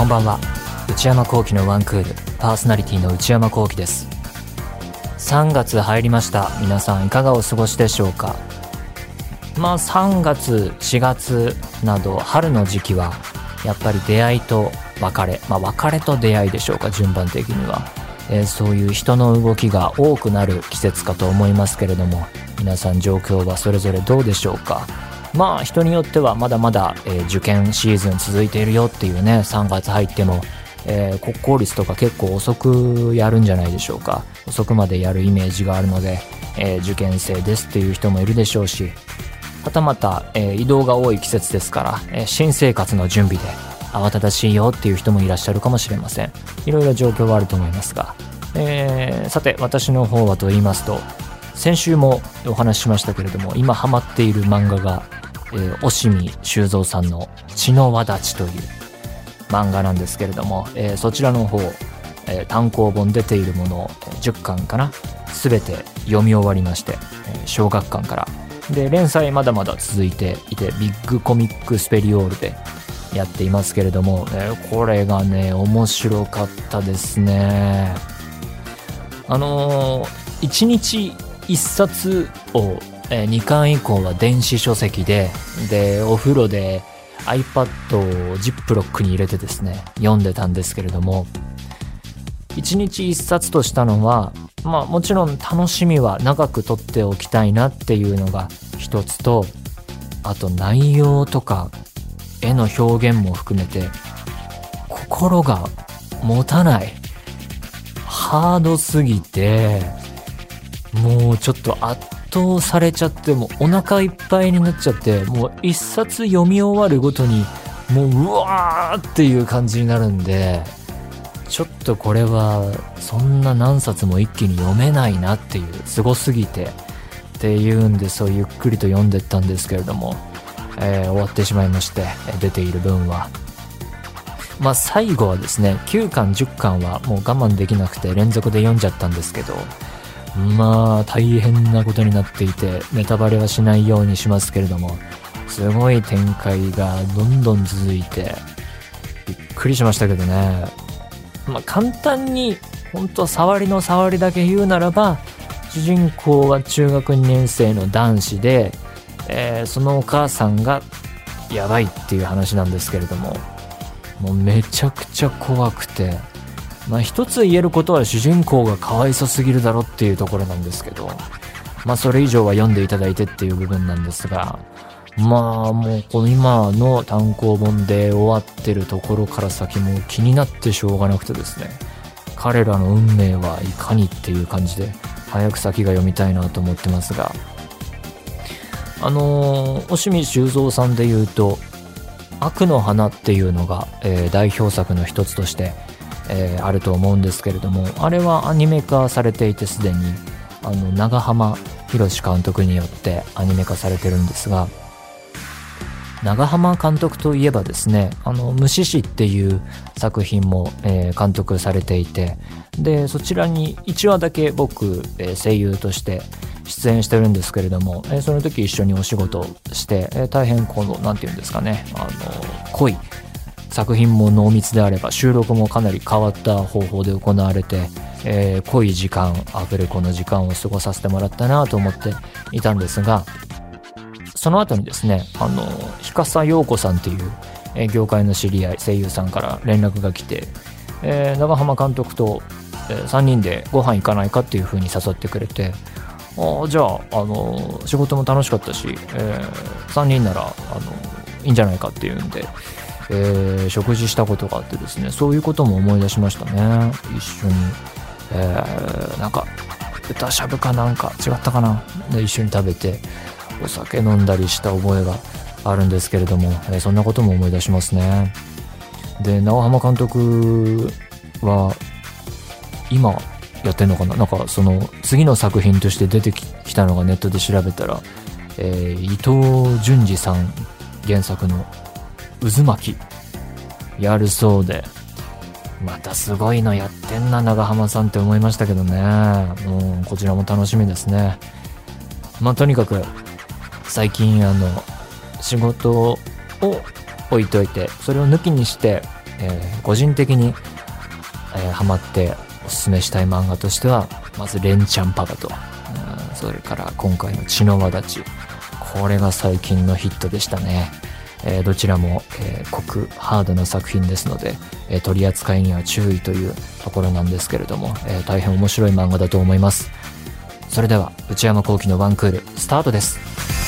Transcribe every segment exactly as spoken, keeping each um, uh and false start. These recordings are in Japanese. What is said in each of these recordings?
ばんは。内山聖輝のワンクールパーソナリティの内山聖輝です。さんがつ入りました。皆さんいかがお過ごしでしょうか。まあさんがつしがつなど春の時期はやっぱり出会いと別れ、まあ別れと出会いでしょうか、順番的には、えー、そういう人の動きが多くなる季節かと思いますけれども、皆さん状況はそれぞれどうでしょうか。まあ人によってはまだまだ、えー、受験シーズン続いているよっていうね、さんがつ入っても、えー、国公立とか結構遅くやるんじゃないでしょうか。遅くまでやるイメージがあるので、えー、受験生ですっていう人もいるでしょうし、はたまた、えー、移動が多い季節ですから、えー、新生活の準備で慌ただしいよっていう人もいらっしゃるかもしれません。いろいろ状況はあると思いますが、えー、さて私の方はと言いますと、先週もお話ししましたけれども、今ハマっている漫画がえー、押見修造さんの血の輪立ちという漫画なんですけれども、えー、そちらの方、えー、単行本出ているものをじゅっかんかな、すべて読み終わりまして、えー、小学館からで連載まだまだ続いていて、ビッグコミックスペリオールでやっていますけれども、えー、これがね面白かったですね。あのー、いちにちいっさつをにかん以降は電子書籍で、で、お風呂で iPad をジップロックに入れてですね、読んでたんですけれども、いちにちいっさつとしたのは、まあもちろん楽しみは長く取っておきたいなっていうのが一つと、あと内容とか絵の表現も含めて、心が持たない。ハードすぎて、もうちょっと圧倒されちゃって、もうお腹いっぱいになっちゃって、もう一冊読み終わるごとにもううわーっていう感じになるんで、ちょっとこれはそんな何冊も一気に読めないなっていう、すごすぎてっていうんで、そうゆっくりと読んでったんですけれども、えー、終わってしまいまして、出ている分はまあ最後はですね、きゅうかんじゅっかんはもう我慢できなくて連続で読んじゃったんですけど、まあ大変なことになっていて、ネタバレはしないようにしますけれども、すごい展開がどんどん続いてびっくりしましたけどね。まあ簡単に本当触りの触りだけ言うならば、主人公は中学にねん生の男子で、えー、そのお母さんがやばいっていう話なんですけれども、もうめちゃくちゃ怖くて、まあ一つ言えることは主人公がかわいそすぎるだろっていうところなんですけど、まあそれ以上は読んでいただいてっていう部分なんですが、まあもうこの今の単行本で終わってるところから先も気になってしょうがなくてですね、彼らの運命はいかにっていう感じで早く先が読みたいなと思ってますが、あのー、押見修造さんで言うと悪の花っていうのが、えー、代表作の一つとしてえー、あると思うんですけれども、あれはアニメ化されていて、すでにあの長浜博監督によってアニメ化されてるんですが、長浜監督といえばですね、あの虫師っていう作品も、えー、監督されていて、でそちらにいちわだけ僕、えー、声優として出演してるんですけれども、えー、その時一緒にお仕事して、えー、大変このなんていうんですかね、あの濃い作品も濃密であれば、収録もかなり変わった方法で行われて、えー、濃い時間、アフレコの時間を過ごさせてもらったなと思っていたんですが、その後にですね、あの日笠陽子さんっていう、えー、業界の知り合い声優さんから連絡が来て、えー、長浜監督と、えー、さんにんでご飯行かないかっていう風に誘ってくれて、あじゃあ、あの仕事も楽しかったし、えー、さんにんならあのいいんじゃないかっていうんで、えー、食事したことがあってですね、そういうことも思い出しましたね。一緒に、えー、なんか豚しゃぶかなんか違ったかなで一緒に食べてお酒飲んだりした覚えがあるんですけれども、えー、そんなことも思い出しますね。で長浜監督は今やってんのかな、なんかその次の作品として出てきたのがネットで調べたら、えー、伊藤潤二さん原作の渦巻きやるそうで、またすごいのやってんな長浜さんって思いましたけどね。もうこちらも楽しみですね。まあとにかく最近あの仕事を置いといて、それを抜きにして、 えー、個人的に、えー、ハマっておすすめしたい漫画としては、まずレンチャンパパと、うん、それから今回の血の輪立ち、これが最近のヒットでしたね。えー、どちらも、えー、酷ハードな作品ですので、えー、取り扱いには注意というところなんですけれども、えー、大変面白い漫画だと思います。それでは内山聖輝のワンクールスタートです。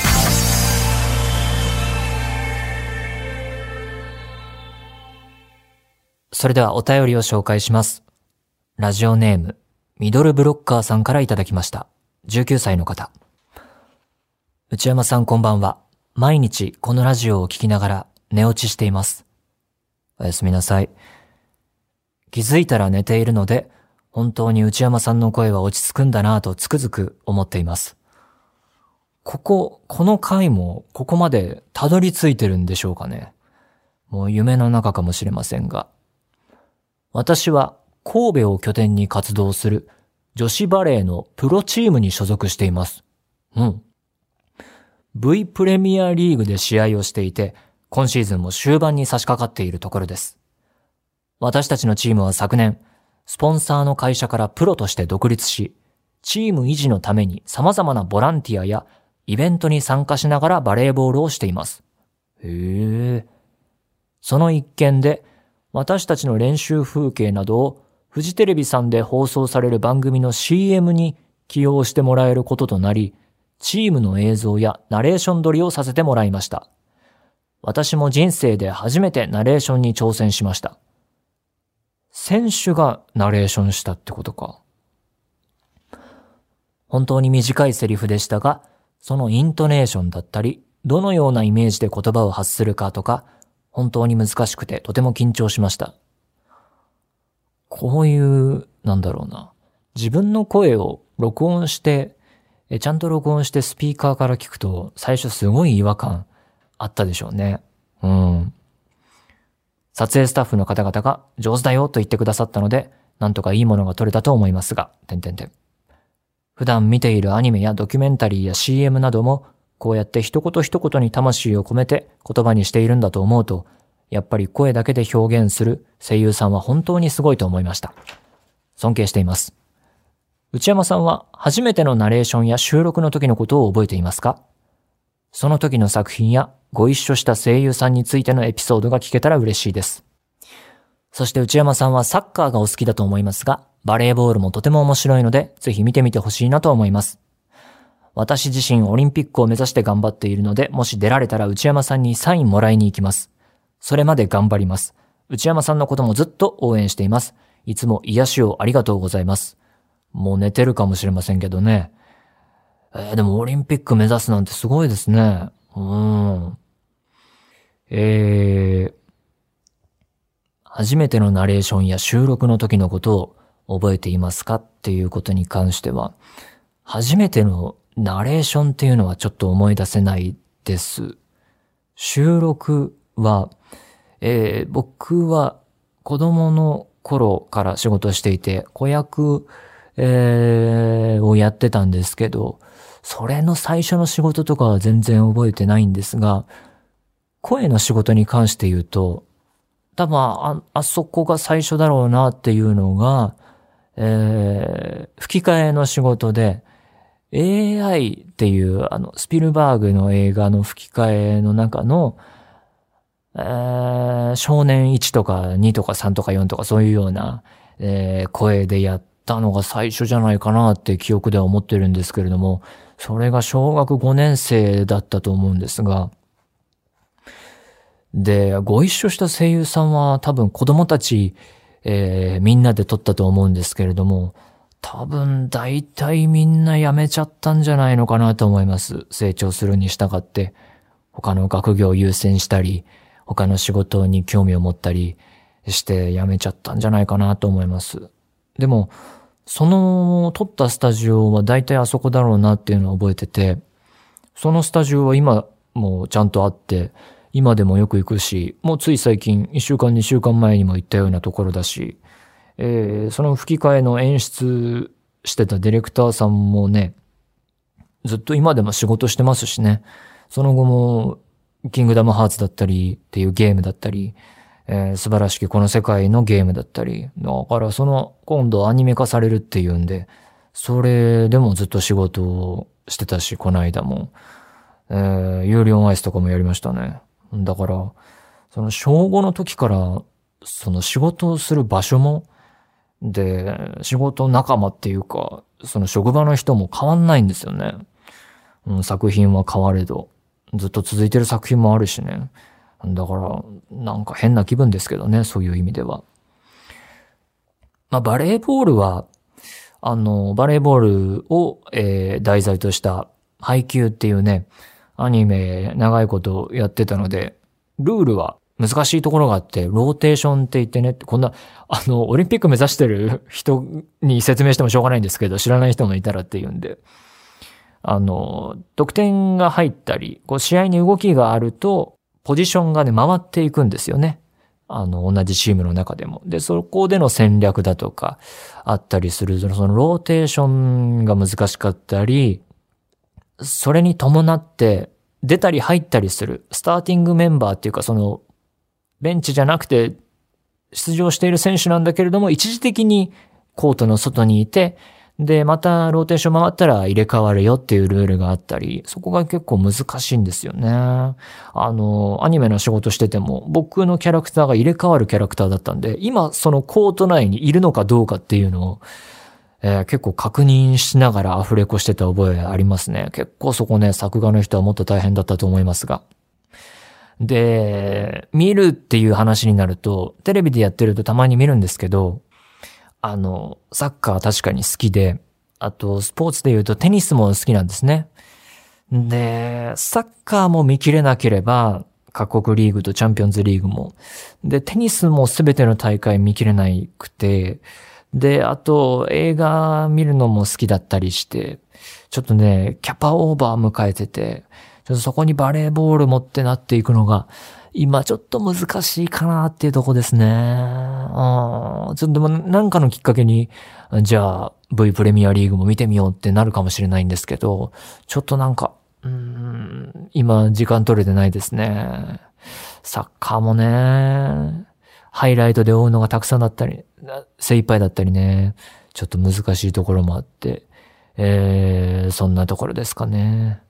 それではお便りを紹介します。ラジオネームミドルブロッカーさんからいただきました。じゅうきゅうさいの方。内山さんこんばんは。毎日このラジオを聞きながら寝落ちしています。おやすみなさい。気づいたら寝ているので、本当に内山さんの声は落ち着くんだなぁとつくづく思っています。ここ、この回もここまでたどり着いてるんでしょうかね。もう夢の中かもしれませんが。私は神戸を拠点に活動する女子バレーのプロチームに所属しています。うん。V プレミアリーグで試合をしていて、今シーズンも終盤に差し掛かっているところです。私たちのチームは昨年、スポンサーの会社からプロとして独立し、チーム維持のために様々なボランティアやイベントに参加しながらバレーボールをしています。へえ。その一件で、私たちの練習風景などをフジテレビさんで放送される番組の シーエム に起用してもらえることとなり、チームの映像やナレーション撮りをさせてもらいました。私も人生で初めてナレーションに挑戦しました。選手がナレーションしたってことか。本当に短いセリフでしたが、そのイントネーションだったり、どのようなイメージで言葉を発するかとか、本当に難しくてとても緊張しました。こういう、なんだろうな。自分の声を録音して、えちゃんと録音してスピーカーから聞くと最初すごい違和感あったでしょうね。うん。撮影スタッフの方々が上手だよと言ってくださったので、なんとかいいものが撮れたと思いますが、点々点。普段見ているアニメやドキュメンタリーや シーエム なども、こうやって一言一言に魂を込めて言葉にしているんだと思うと、やっぱり声だけで表現する声優さんは本当にすごいと思いました。尊敬しています。内山さんは初めてのナレーションや収録の時のことを覚えていますか？その時の作品やご一緒した声優さんについてのエピソードが聞けたら嬉しいです。そして内山さんはサッカーがお好きだと思いますが、バレーボールもとても面白いので、ぜひ見てみてほしいなと思います。私自身オリンピックを目指して頑張っているので、もし出られたら内山さんにサインもらいに行きます。それまで頑張ります。内山さんのこともずっと応援しています。いつも癒しをありがとうございます。もう寝てるかもしれませんけどね。えー、でもオリンピック目指すなんてすごいですね。うーん。えー、初めてのナレーションや収録の時のことを覚えていますかっていうことに関しては、初めてのナレーションっていうのはちょっと思い出せないです。収録は、えー、僕は子供の頃から仕事していて、子役、えー、をやってたんですけど、それの最初の仕事とかは全然覚えてないんですが、声の仕事に関して言うと、多分あ、あそこが最初だろうなっていうのが、えー、吹き替えの仕事で、エーアイ っていうあのスピルバーグの映画の吹き替えの中の、えー、少年いちとかにとかさんとかよんとかそういうような、えー、声でやったのが最初じゃないかなって記憶では思ってるんですけれども、それが小学ごねん生だったと思うんですが、で、ご一緒した声優さんは多分子供たち、えー、みんなで撮ったと思うんですけれども、多分大体みんな辞めちゃったんじゃないのかなと思います。成長するに従って、他の学業を優先したり、他の仕事に興味を持ったりして辞めちゃったんじゃないかなと思います。でも、その撮ったスタジオは大体あそこだろうなっていうのを覚えてて、そのスタジオは今もちゃんとあって、今でもよく行くし、もうつい最近いっしゅうかんにしゅうかんまえにも行ったようなところだし、えー、その吹き替えの演出してたディレクターさんもね、ずっと今でも仕事してますしね、その後もキングダムハーツだったりっていうゲームだったり、 えー、素晴らしきこの世界のゲームだったり、だからその今度アニメ化されるっていうんで、それでもずっと仕事をしてたし、この間も、えー、有料アイスとかもやりましたね。だから、その小ごの時から、その仕事をする場所も、で、仕事仲間っていうか、その職場の人も変わんないんですよね。うん、作品は変われど、ずっと続いてる作品もあるしね。だから、なんか変な気分ですけどね、そういう意味では。まあ、バレーボールは、あの、バレーボールを、えー、題材とした配球っていうね、アニメ長いことやってたので、ルールは難しいところがあって、ローテーションって言ってね、こんな、あの、オリンピック目指してる人に説明してもしょうがないんですけど、知らない人もいたらっていうんで、あの、得点が入ったり、こう試合に動きがあると、ポジションがね、回っていくんですよね。あの、同じチームの中でも。で、そこでの戦略だとか、あったりする、そのローテーションが難しかったり、それに伴って、出たり入ったりする、スターティングメンバーっていうか、その、ベンチじゃなくて、出場している選手なんだけれども、一時的にコートの外にいて、で、またローテーション回ったら入れ替わるよっていうルールがあったり、そこが結構難しいんですよね。あの、アニメの仕事してても、僕のキャラクターが入れ替わるキャラクターだったんで、今そのコート内にいるのかどうかっていうのを、えー、結構確認しながらアフレコしてた覚えありますね。結構そこね、作画の人はもっと大変だったと思いますが。で、見るっていう話になると、テレビでやってるとたまに見るんですけど、あの、サッカー確かに好きで、あとスポーツで言うとテニスも好きなんですね。で、サッカーも見切れなければ、各国リーグとチャンピオンズリーグも。で、テニスもすべての大会見切れなくて、で、あと映画見るのも好きだったりして、ちょっとね、キャパオーバー迎えてて、ちょっとそこにバレーボール持ってなっていくのが、今ちょっと難しいかなっていうとこですね。うん。ちょっとでもなんかのきっかけに、じゃあ V プレミアリーグも見てみようってなるかもしれないんですけど、ちょっとなんか、うーん、今時間取れてないですね。サッカーもね、ハイライトで追うのがたくさんだったり、精一杯だったりね、ちょっと難しいところもあって、えー、そんなところですかね。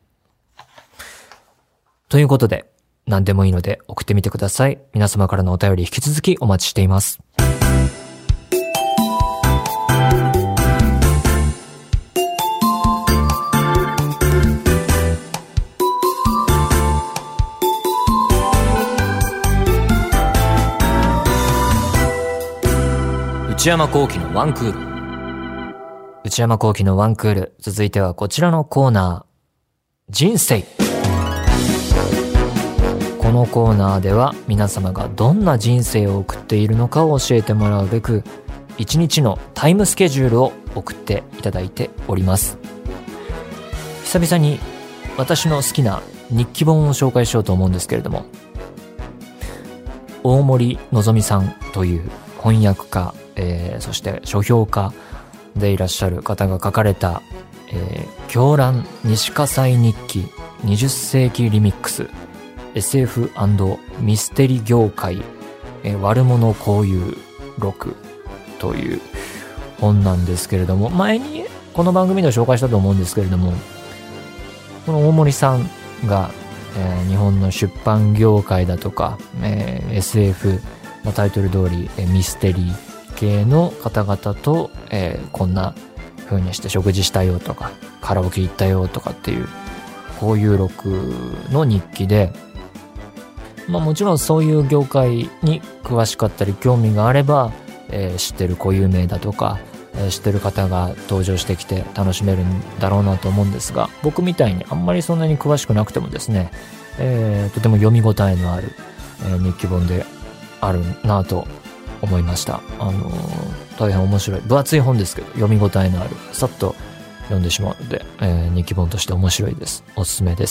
ということで、何でもいいので送ってみてください。皆様からのお便り引き続きお待ちしています。内山聖輝のワンクール。内山聖輝のワンクール。続いてはこちらのコーナー。人生。このコーナーでは皆様がどんな人生を送っているのかを教えてもらうべく、一日のタイムスケジュールを送っていただいております。久々に私の好きな日記本を紹介しようと思うんですけれども、大森のぞみさんという翻訳家、えー、そして書評家でいらっしゃる方が書かれた、えー、狂乱西葛西日記にじゅっ世紀リミックス エスエフ& ミステリ業界、えー、悪者交友録という本なんですけれども、前にこの番組で紹介したと思うんですけれども、この大森さんが、えー、日本の出版業界だとか、えー、エスエフ、まあ、タイトル通り、えー、ミステリー系の方々と、えー、こんな風にして食事したよとかカラオケ行ったよとかっていうこういう録の日記で、まあもちろんそういう業界に詳しかったり興味があれば、えー、知ってる固有名だとか、えー、知ってる方が登場してきて楽しめるんだろうなと思うんですが、僕みたいにあんまりそんなに詳しくなくてもですね、えー、とても読み応えのある、えー、日記本であるなと思いました。あのー、大変面白い分厚い本ですけど読み応えのある、さっと読んでしまうので、えー、日記本として面白いです。おすすめです。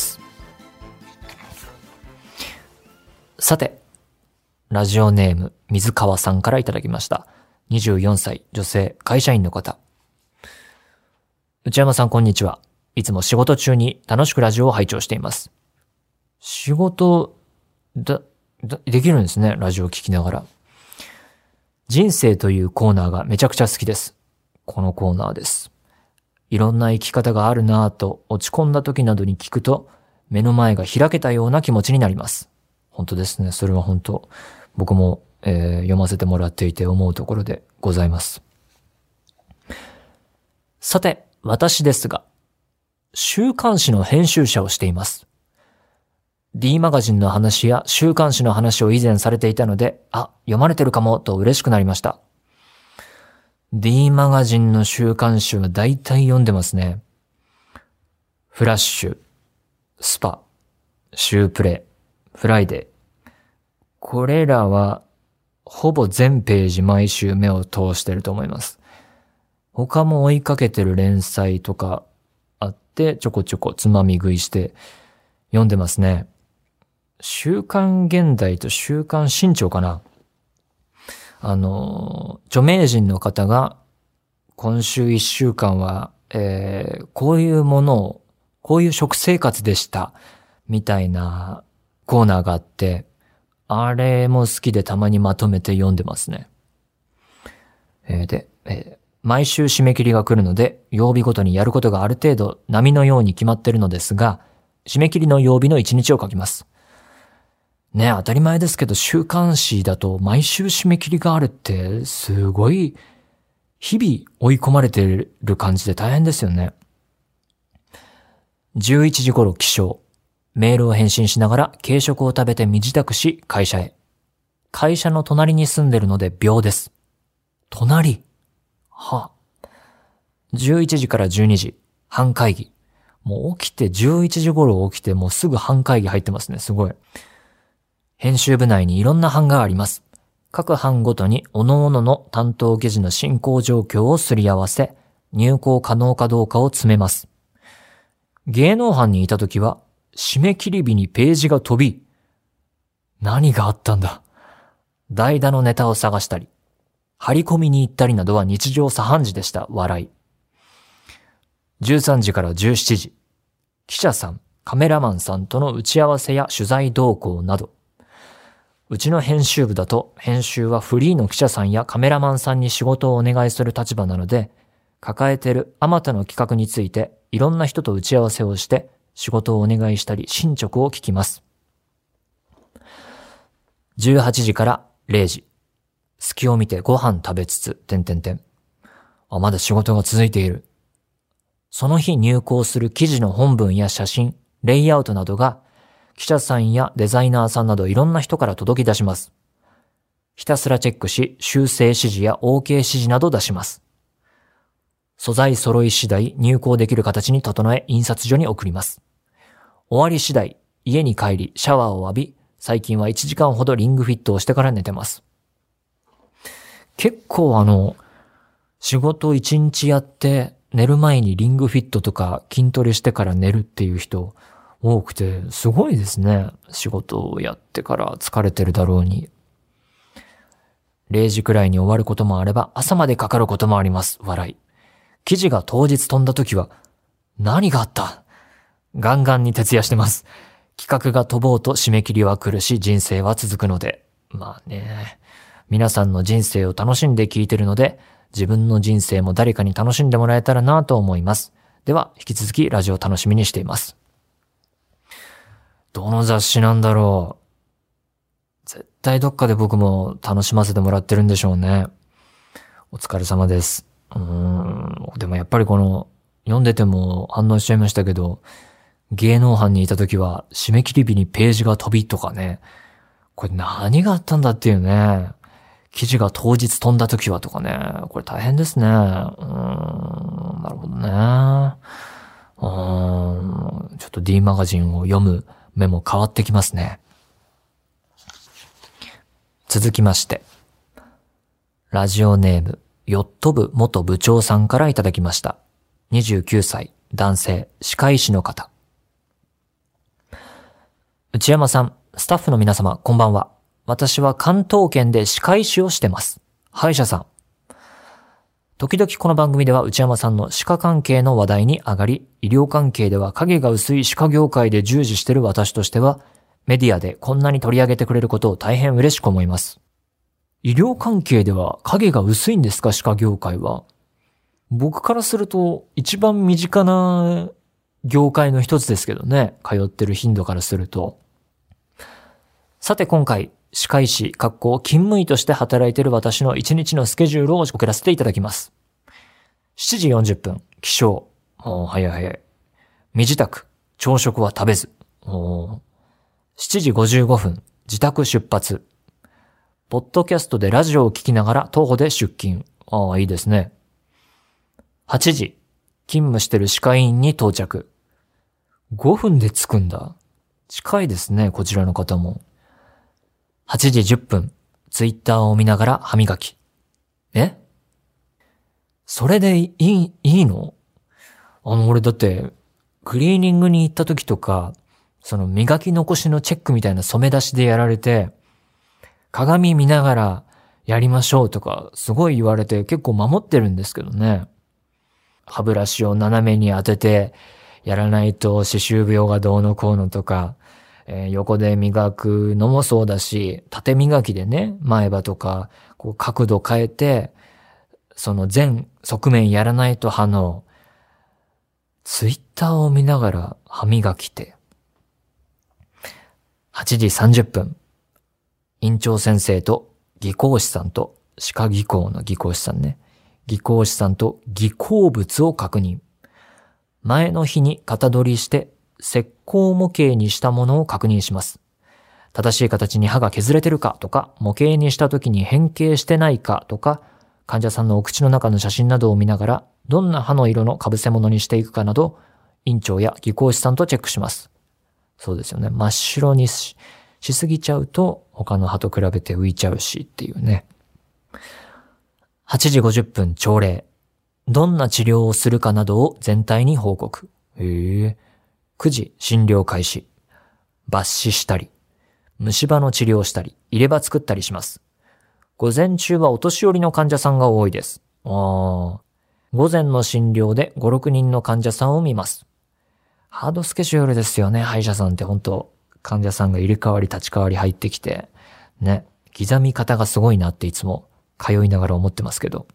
さて、ラジオネーム水川さんからいただきました。にじゅうよんさい女性会社員の方。内山さん、こんにちは。いつも仕事中に楽しくラジオを拝聴しています。仕事だできるんですね、ラジオ聞きながら。人生というコーナーがめちゃくちゃ好きです。このコーナーです。いろんな生き方があるなぁと落ち込んだ時などに聞くと、目の前が開けたような気持ちになります。本当ですね。それは本当、僕も、えー、読ませてもらっていて思うところでございます。さて、私ですが、週刊誌の編集者をしています。D マガジンの話や週刊誌の話を以前されていたので、あ、読まれてるかもと嬉しくなりました。D マガジンの週刊誌は大体読んでますね。フラッシュ、スパ、シュープレ、フライデー。これらはほぼ全ページ毎週目を通してると思います。他も追いかけてる連載とかあってちょこちょこつまみ食いして読んでますね。週刊現代と週刊新潮かな。あの、著名人の方が今週一週間は、えー、こういうものを、こういう食生活でしたみたいなコーナーがあって、あれも好きでたまにまとめて読んでますね。えー、で、えー、毎週締め切りが来るので、曜日ごとにやることがある程度波のように決まってるのですが、締め切りの曜日の一日を書きます。ね、当たり前ですけど、週刊誌だと毎週締め切りがあるって、すごい、日々追い込まれてる感じで大変ですよね。じゅういちじ頃起床。メールを返信しながら軽食を食べて身支度し会社へ。会社の隣に住んでるので秒です。隣は。じゅういちじからじゅうにじ、班会議。もう起きてじゅういちじ頃起きてもうすぐ班会議入ってますね。すごい。編集部内にいろんな班があります。各班ごとに各々の担当記事の進行状況をすり合わせ、入稿可能かどうかを詰めます。芸能班にいたときは、締め切り日にページが飛び、何があったんだ。代打のネタを探したり、張り込みに行ったりなどは日常茶飯事でした。笑い。じゅうさんじからじゅうしちじ、記者さん、カメラマンさんとの打ち合わせや取材動向など、うちの編集部だと編集はフリーの記者さんやカメラマンさんに仕事をお願いする立場なので、抱えてるあまたの企画についていろんな人と打ち合わせをして仕事をお願いしたり進捗を聞きます。じゅうはちじかられいじ、隙を見てご飯食べつつ、点々点。あ、まだ仕事が続いている。その日入稿する記事の本文や写真、レイアウトなどが記者さんやデザイナーさんなどいろんな人から届き出します。ひたすらチェックし、修正指示や OK 指示など出します。素材揃い次第入稿できる形に整え印刷所に送ります。終わり次第家に帰りシャワーを浴び、最近はいちじかんほどリングフィットをしてから寝てます。結構あの、仕事いちにちやって寝る前にリングフィットとか筋トレしてから寝るっていう人多くて、すごいですね。仕事をやってから疲れてるだろうに。れいじくらいに終わることもあれば朝までかかることもあります。笑い。記事が当日飛んだ時は何があった?ガンガンに徹夜してます。企画が飛ぼうと締め切りは来るし人生は続くので。まあね。皆さんの人生を楽しんで聞いてるので、自分の人生も誰かに楽しんでもらえたらなと思います。では引き続きラジオ楽しみにしています。どの雑誌なんだろう。絶対どっかで僕も楽しませてもらってるんでしょうね。お疲れ様です。うーん。でもやっぱりこの、読んでても反応しちゃいましたけど、芸能班にいた時は締め切り日にページが飛びとかね。これ何があったんだっていうね。記事が当日飛んだ時はとかね。これ大変ですね。うーん。なるほどね。うーん。ちょっと D マガジンを読む目も変わってきますね。続きまして。ラジオネーム、ヨット部元部長さんからいただきました。にじゅうきゅうさい、男性、歯科医師の方。内山さん、スタッフの皆様、こんばんは。私は関東圏で歯科医師をしてます。歯医者さん。時々この番組では内山さんの歯科関係の話題に上がり、医療関係では影が薄い歯科業界で従事している私としては、 メディアでこんなに取り上げてくれることを大変嬉しく思います。医療関係では影が薄いんですか、歯科業界は。僕からすると一番身近な業界の一つですけどね。通ってる頻度からすると。さて今回、歯科医師、勤務医として働いている私の一日のスケジュールを送らせていただきます。しちじよんじゅっぷん、起床。おー、早い早い。身支度、朝食は食べず。おー。しちじごじゅうごふん、自宅出発。ポッドキャストでラジオを聞きながら徒歩で出勤。ああ、いいですね。はちじ、勤務してる歯科医院に到着。ごふんで着くんだ。近いですね、こちらの方も。はちじじゅっぷん、ツイッターを見ながら歯磨き。え？それでいい、いいの？あの、俺だって、クリーニングに行った時とか、その磨き残しのチェックみたいな染め出しでやられて、鏡見ながらやりましょうとか、すごい言われて結構守ってるんですけどね。歯ブラシを斜めに当てて、やらないと歯周病がどうのこうのとか、えー、横で磨くのもそうだし、縦磨きでね、前歯とか、こう角度変えて、その全側面やらないと歯の、ツイッターを見ながら歯磨きて。はちじさんじゅっぷん、院長先生と技工士さんと、歯科技工の技工士さんね、技工士さんと技工物を確認。前の日に型取りして石膏模型にしたものを確認します。正しい形に歯が削れてるかとか、模型にした時に変形してないかとか、患者さんのお口の中の写真などを見ながら、どんな歯の色の被せ物にしていくかなど、院長や技工士さんとチェックします。そうですよね。真っ白にし、しすぎちゃうと他の歯と比べて浮いちゃうしっていうね。はちじごじゅっぷん朝礼。どんな治療をするかなどを全体に報告。へえ。くじ診療開始。抜歯したり、虫歯の治療したり、入れ歯作ったりします。午前中はお年寄りの患者さんが多いです。あー。午前の診療でご、ろくにんの患者さんを見ます。ハードスケジュールですよね、歯医者さんって本当患者さんが入れ替わり立ち替わり入ってきて、ね、刻み方がすごいなっていつも通いながら思ってますけど。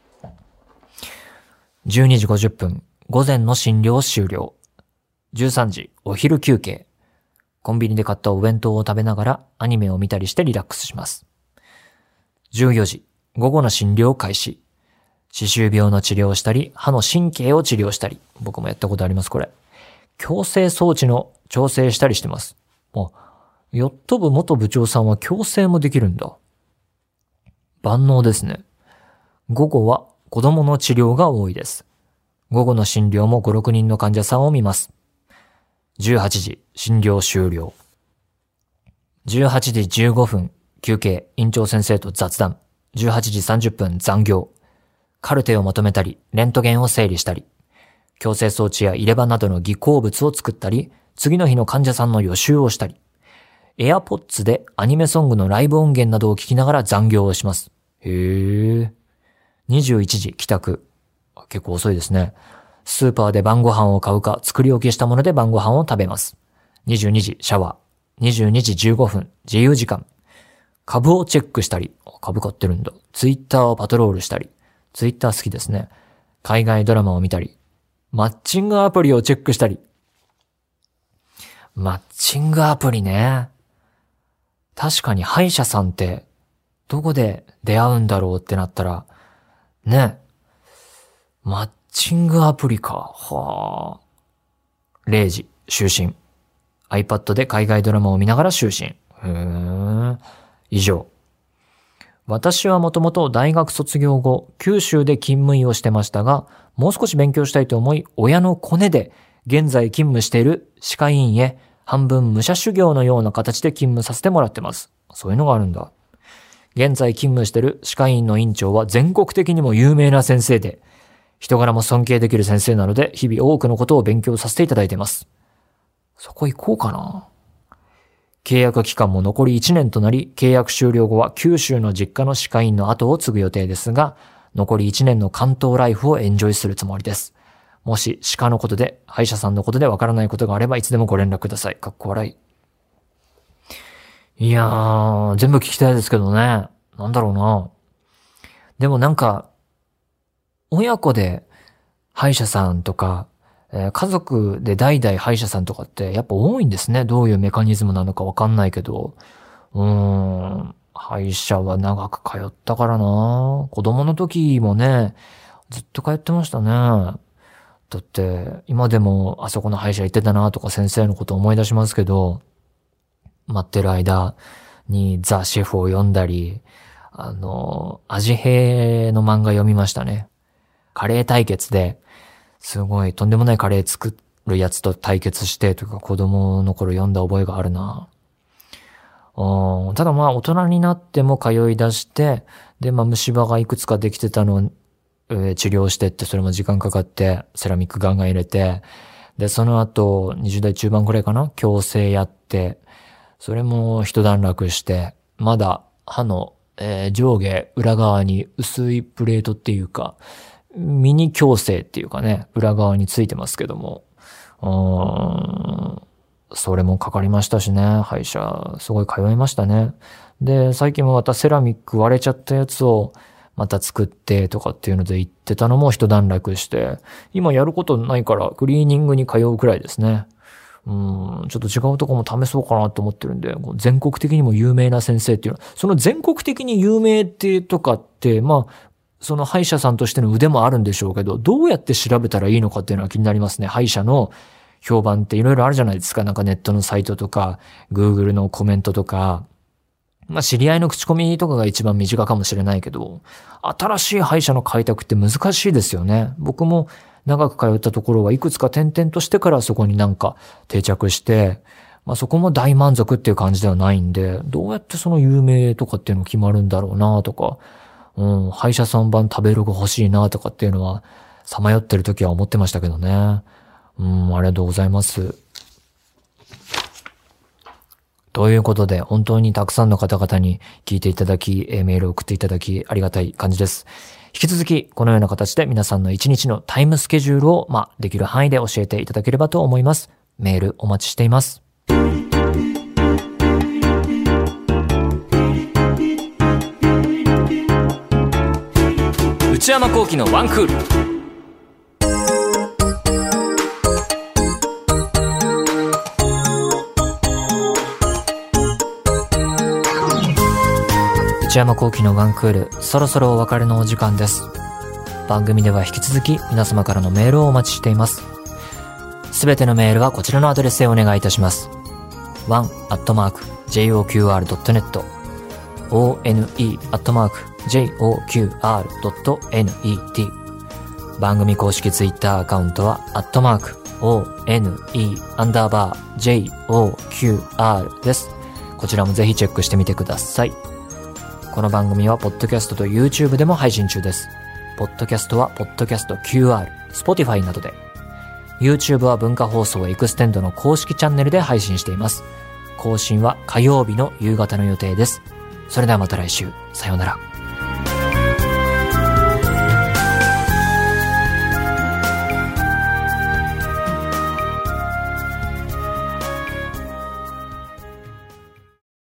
じゅうにじごじゅっぷん、午前の診療終了。じゅうさんじ、お昼休憩。コンビニで買ったお弁当を食べながらアニメを見たりしてリラックスします。じゅうよじ、午後の診療開始。歯周病の治療をしたり、歯の神経を治療したり。僕もやったことあります、これ。矯正装置の調整したりしてます。あ、ヨット部元部長さんは矯正もできるんだ。万能ですね。午後は子供の治療が多いです。午後の診療もご、ろくにんの患者さんを見ます。じゅうはちじ、診療終了。じゅうはちじじゅうごふん、休憩、院長先生と雑談。じゅうはちじさんじゅっぷん、残業。カルテをまとめたり、レントゲンを整理したり、矯正装置や入れ歯などの技工物を作ったり、次の日の患者さんの予習をしたり、AirPods でアニメソングのライブ音源などを聞きながら残業をします。へー。にじゅういちじ帰宅。結構遅いですね。スーパーで晩ご飯を買うか、作り置きしたもので晩ご飯を食べます。にじゅうにじシャワー。にじゅうにじじゅうごふん自由時間。株をチェックしたり、株買ってるんだ。ツイッターをパトロールしたり。ツイッター好きですね。海外ドラマを見たり。マッチングアプリをチェックしたり。マッチングアプリね。確かに歯医者さんってどこで出会うんだろうってなったら、ね。マッチングアプリか。はあ。れいじ、就寝。iPad で海外ドラマを見ながら就寝。へー。以上。私はもともと大学卒業後、九州で勤務医をしてましたが、もう少し勉強したいと思い、親のコネで、現在勤務している歯科医院へ、半分武者修行のような形で勤務させてもらってます。そういうのがあるんだ。現在勤務している歯科医院の院長は全国的にも有名な先生で、人柄も尊敬できる先生なので、日々多くのことを勉強させていただいています。そこ行こうかな。契約期間も残りいちねんとなり、契約終了後は九州の実家の歯科医院の後を継ぐ予定ですが、残りいちねんの関東ライフをエンジョイするつもりです。もし歯科のことで、歯医者さんのことでわからないことがあればいつでもご連絡ください。かっこ笑い。 いやー、全部聞きたいですけどね。なんだろうな。でもなんか、親子で歯医者さんとか、えー家族で代々歯医者さんとかってやっぱ多いんですね。どういうメカニズムなのかわかんないけど。うーん、歯医者は長く通ったからな。子供の時もね、ずっと通ってましたね。だって、今でもあそこの歯医者行ってたなとか先生のこと思い出しますけど、待ってる間にザ・シェフを読んだり、あの、味変の漫画読みましたね。カレー対決で、すごいとんでもないカレー作るやつと対決してとか子供の頃読んだ覚えがあるな。うん、ただまあ大人になっても通い出して、でまあ虫歯がいくつかできてたのを、えー治療してってそれも時間かかってセラミックガンガン入れて、でその後にじゅう代中盤くらいかな、矯正やって、それも一段落して、まだ歯の、えー上下裏側に薄いプレートっていうか、ミニ矯正っていうかね、裏側についてますけども、うーん、それもかかりましたしね、歯医者、すごい通いましたね。で、最近もまたセラミック割れちゃったやつをまた作ってとかっていうので言ってたのも一段落して、今やることないからクリーニングに通うくらいですね。うん、ちょっと違うとこも試そうかなと思ってるんで、こう全国的にも有名な先生っていうのは、その全国的に有名ってとかって、まあ、その歯医者さんとしての腕もあるんでしょうけど、どうやって調べたらいいのかっていうのは気になりますね。歯医者の評判っていろいろあるじゃないですか。なんかネットのサイトとか、Google のコメントとか、まあ知り合いの口コミとかが一番身近かもしれないけど、新しい歯医者の開拓って難しいですよね。僕も長く通ったところはいくつか転々としてからそこになんか定着して、まあそこも大満足っていう感じではないんで、どうやってその有名とかっていうの決まるんだろうなとか、うん、歯医者さん版食べログ欲しいなとかっていうのは、さまよってる時は思ってましたけどね。うん、ありがとうございます。ということで、本当にたくさんの方々に聞いていただき、えーメールを送っていただき、ありがたい感じです。引き続き、このような形で皆さんの一日のタイムスケジュールを、まあ、できる範囲で教えていただければと思います。メールお待ちしています。内山聖輝のワンクール。内山聖輝のワンクール、そろそろお別れのお時間です。番組では引き続き皆様からのメールをお待ちしています。すべてのメールはこちらのアドレスへお願いいたします。ワン アットマーク ジェイオーキューアール ドットネット オーエヌイー アットマーク ジェイオーキューアール ドットネット 番組公式ツイッターアカウントはアットマーク オーエヌイー アンダーバー ジェイオーキューアール です。こちらもぜひチェックしてみてください。この番組はポッドキャストと YouTube でも配信中です。ポッドキャストはポッドキャスト キューアール、Spotify などで、YouTube は文化放送エクステンドの公式チャンネルで配信しています。更新は火曜日の夕方の予定です。それではまた来週。さようなら。